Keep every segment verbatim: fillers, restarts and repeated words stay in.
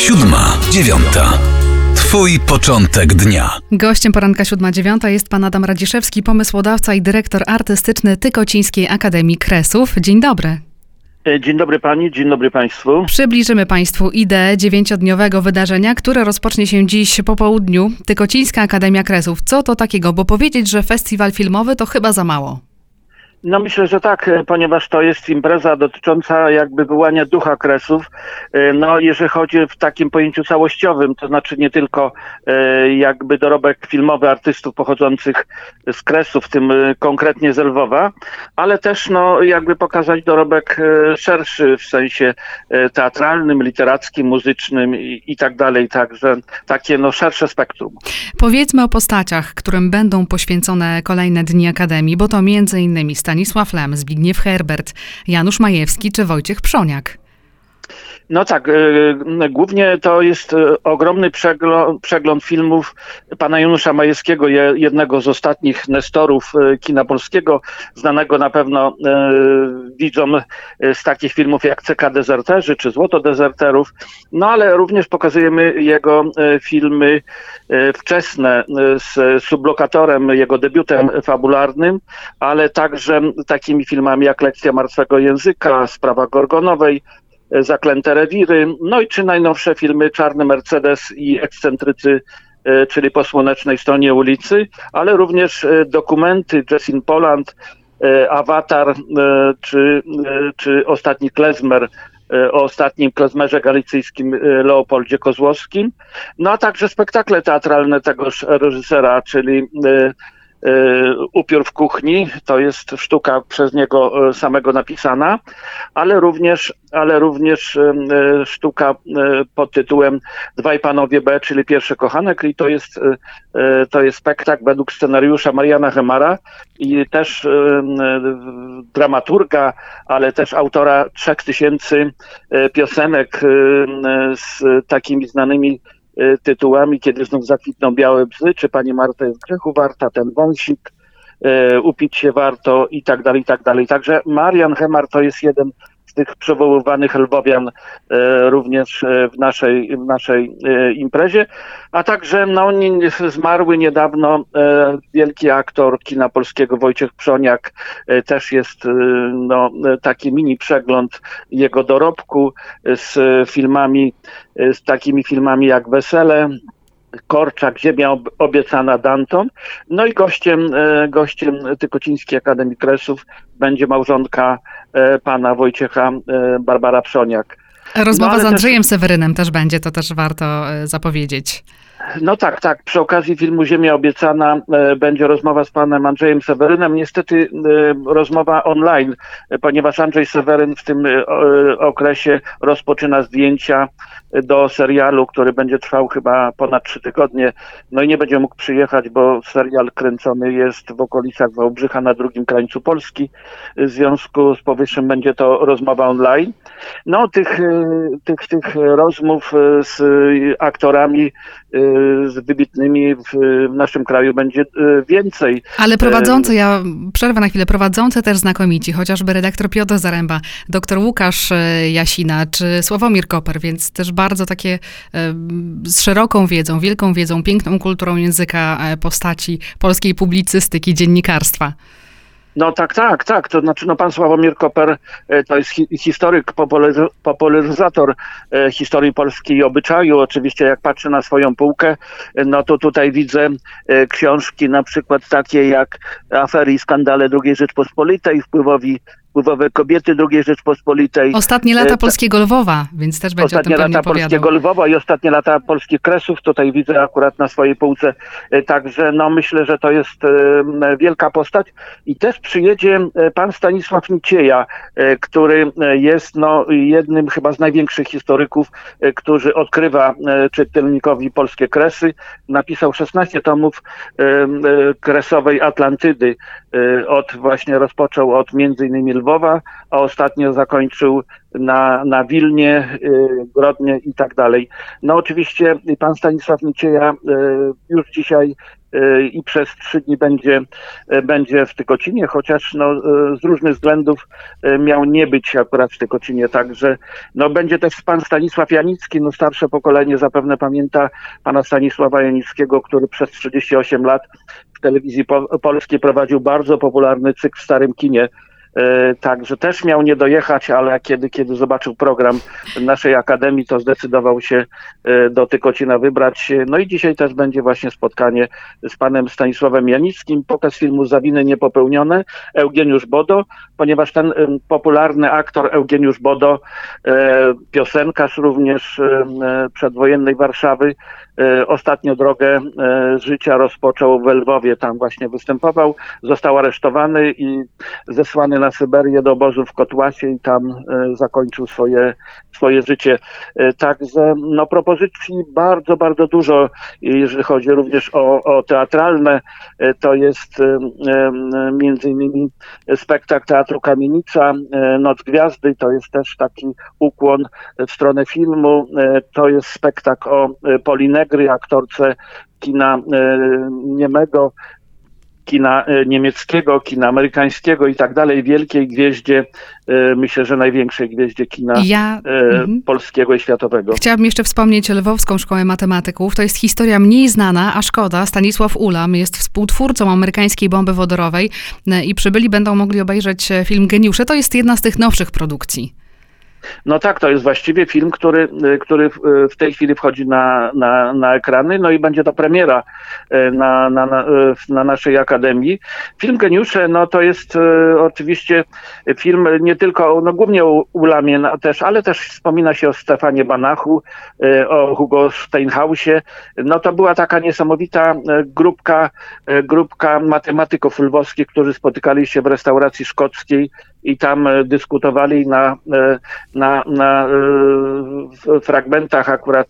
Siódma, dziewiąta. Twój początek dnia. Gościem poranka siódma dziewiąta jest pan Adam Radziszewski, pomysłodawca i dyrektor artystyczny Tykocińskiej Akademii Kresów. Dzień dobry. Dzień dobry pani, dzień dobry państwu. Przybliżymy państwu ideę dziewięciodniowego wydarzenia, które rozpocznie się dziś po południu. Tykocińska Akademia Kresów. Co to takiego? Bo powiedzieć, że festiwal filmowy to chyba za mało. No myślę, że tak, ponieważ to jest impreza dotycząca jakby wyłania ducha Kresów. No jeżeli chodzi w takim pojęciu całościowym, to znaczy nie tylko jakby dorobek filmowy artystów pochodzących z Kresów, w tym konkretnie z Lwowa, ale też no jakby pokazać dorobek szerszy w sensie teatralnym, literackim, muzycznym i, i tak dalej. Także takie no szersze spektrum. Powiedzmy o postaciach, którym będą poświęcone kolejne dni Akademii, bo to między innymi Stanisław Lem, Zbigniew Herbert, Janusz Majewski czy Wojciech Przoniak. No tak, y, głównie to jest y, ogromny przegląd, przegląd filmów pana Janusza Majewskiego, je, jednego z ostatnich nestorów y, kina polskiego, znanego na pewno y, widzom y, z takich filmów jak C K Dezerterzy czy Złoto Dezerterów, no ale również pokazujemy jego y, filmy y, wczesne y, z Sublokatorem, jego debiutem fabularnym, ale także takimi filmami jak Lekcja martwego języka, Sprawa Gorgonowej, Zaklęte rewiry, no i czy najnowsze filmy Czarny Mercedes i Ekscentrycy, czyli Po słonecznej stronie ulicy, ale również dokumenty Jazz in Poland, Awatar czy, czy Ostatni klezmer, o ostatnim klezmerze galicyjskim Leopoldzie Kozłowskim, no a także spektakle teatralne tegoż reżysera, czyli Upiór w kuchni, to jest sztuka przez niego samego napisana, ale również, ale również sztuka pod tytułem Dwaj panowie B, czyli Pierwszy kochanek, i to jest, to jest spektakl według scenariusza Mariana Hemara i też dramaturga, ale też autora trzech tysięcy piosenek z takimi znanymi tytułami, Kiedy znów zakwitną białe bzy, czy Pani Marta jest grzechu warta, Ten wąsik, e, Upić się warto i tak dalej, i tak dalej. Także Marian Hemar to jest jeden z tych przywoływanych lwowian e, również w naszej, w naszej e, imprezie, a także no, nie, zmarły niedawno e, wielki aktor kina polskiego Wojciech Przoniak, e, też jest e, no, taki mini przegląd jego dorobku z filmami, e, z takimi filmami jak Wesele, Korczak, Ziemia obiecana, Danton. No i gościem, gościem Tykocińskiej Akademii Kresów będzie małżonka pana Wojciecha, Barbara Przoniak. Rozmowa no, z Andrzejem też Sewerynem też będzie, to też warto zapowiedzieć. No tak, tak. Przy okazji filmu Ziemia obiecana e, będzie rozmowa z panem Andrzejem Sewerynem. Niestety e, rozmowa online, e, ponieważ Andrzej Seweryn w tym e, okresie rozpoczyna zdjęcia do serialu, który będzie trwał chyba ponad trzy tygodnie. No i nie będzie mógł przyjechać, bo serial kręcony jest w okolicach Wałbrzycha na drugim krańcu Polski. W związku z powyższym będzie to rozmowa online. No tych, tych, tych rozmów z aktorami, z wybitnymi w naszym kraju będzie więcej. Ale prowadzący, ja przerwę na chwilę, prowadzący też znakomici, chociażby redaktor Piotr Zaręba, doktor Łukasz Jasina czy Sławomir Koper, więc też bardzo takie z szeroką wiedzą, wielką wiedzą, piękną kulturą języka postaci polskiej publicystyki, dziennikarstwa. No tak, tak, tak. To znaczy, no pan Sławomir Koper to jest hi- historyk, popularyz- popularyzator e, historii polskiej i obyczaju. Oczywiście jak patrzę na swoją półkę, no to tutaj widzę e, książki na przykład takie jak Afery i skandale drugiej Rzeczpospolitej, wpływowi wpływowe kobiety drugiej Rzeczpospolitej. Ostatnie lata polskiego Lwowa, więc też będzie Ostatnie o tym lata opowiadał. polskiego Lwowa i ostatnie lata polskich Kresów. Tutaj widzę akurat na swojej półce. Także no myślę, że to jest wielka postać. I też przyjedzie pan Stanisław Nicieja, który jest no jednym chyba z największych historyków, który odkrywa czytelnikowi polskie Kresy. Napisał szesnaście tomów kresowej Atlantydy. Od właśnie rozpoczął od między innymi Lwowa, a ostatnio zakończył na, na Wilnie, Grodnie i tak dalej. No oczywiście pan Stanisław Nicieja już dzisiaj i przez trzy dni będzie, będzie w Tykocinie, chociaż no, z różnych względów miał nie być akurat w Tykocinie. Także no, będzie też pan Stanisław Janicki, no, starsze pokolenie zapewne pamięta pana Stanisława Janickiego, który przez trzydzieści osiem lat w telewizji po- polskiej prowadził bardzo popularny cykl w Starym Kinie. Także też miał nie dojechać, ale kiedy, kiedy zobaczył program naszej Akademii, to zdecydował się do Tykocina wybrać. No i dzisiaj też będzie właśnie spotkanie z panem Stanisławem Janickim, pokaz filmu Zawiny niepopełnione, Eugeniusz Bodo, ponieważ ten popularny aktor Eugeniusz Bodo, piosenkarz również przedwojennej Warszawy, ostatnio drogę życia rozpoczął w Lwowie, tam właśnie występował, został aresztowany i zesłany na Syberię do obozu w Kotłasie i tam zakończył swoje, swoje życie. Także no, propozycji bardzo, bardzo dużo, jeżeli chodzi również o, o teatralne. To jest między innymi spektakl Teatru Kamienica, Noc Gwiazdy, to jest też taki ukłon w stronę filmu. To jest spektakl o Polinegry, aktorce kina niemego, kina niemieckiego, kina amerykańskiego i tak dalej, wielkiej gwieździe, myślę, że największej gwieździe kina ja, mhm. polskiego i światowego. Chciałabym jeszcze wspomnieć Lwowską Szkołę Matematyków. To jest historia mniej znana, a szkoda. Stanisław Ulam jest współtwórcą amerykańskiej bomby wodorowej i przybyli będą mogli obejrzeć film Geniusze. To jest jedna z tych nowszych produkcji. No tak, to jest właściwie film, który, który w tej chwili wchodzi na, na, na ekrany, no i będzie to premiera na, na, na, na naszej Akademii. Film Geniusze, no to jest e, oczywiście film nie tylko, no głównie o Ulamie no też, ale też wspomina się o Stefanie Banachu, e, o Hugo Steinhausie. No to była taka niesamowita grupka, grupka matematyków lwowskich, którzy spotykali się w restauracji szkockiej i tam dyskutowali na, na, na fragmentach akurat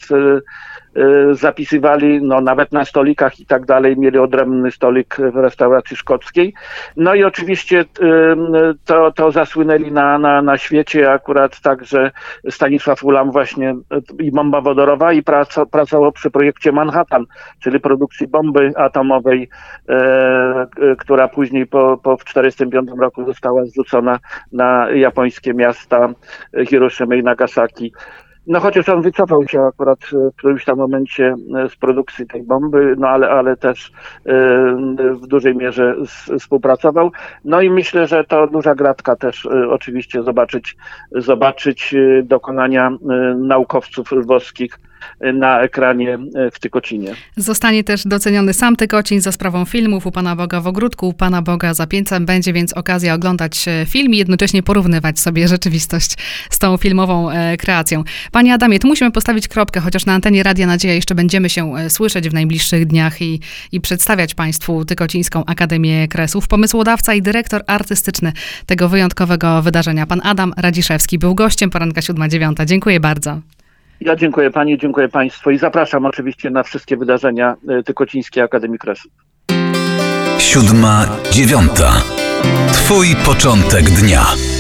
zapisywali, no nawet na stolikach i tak dalej, mieli odrębny stolik w restauracji szkockiej. No i oczywiście to, to zasłynęli na, na, na świecie akurat także Stanisław Ulam właśnie i bomba wodorowa i praco, pracował przy projekcie Manhattan, czyli produkcji bomby atomowej, e, która później po, po tysiąc dziewięćset czterdziestym piątym roku została zrzucona na japońskie miasta Hiroshima i Nagasaki. No chociaż on wycofał się akurat w którymś tam momencie z produkcji tej bomby, no ale, ale też w dużej mierze współpracował. No i myślę, że to duża gratka też oczywiście zobaczyć, zobaczyć dokonania naukowców lwowskich na ekranie w Tykocinie. Zostanie też doceniony sam Tykocin za sprawą filmów U Pana Boga w ogródku, U Pana Boga za pięćset. Będzie więc okazja oglądać film i jednocześnie porównywać sobie rzeczywistość z tą filmową kreacją. Panie Adamie, tu musimy postawić kropkę, chociaż na antenie Radia Nadzieja jeszcze będziemy się słyszeć w najbliższych dniach i, i przedstawiać Państwu Tykocińską Akademię Kresów. Pomysłodawca i dyrektor artystyczny tego wyjątkowego wydarzenia, pan Adam Radziszewski, był gościem poranka siódma dziewiąta. Dziękuję bardzo. Ja dziękuję pani, dziękuję państwu i zapraszam oczywiście na wszystkie wydarzenia Tykocińskiej Akademii Kresów. Siódma dziewiąta. Twój początek dnia.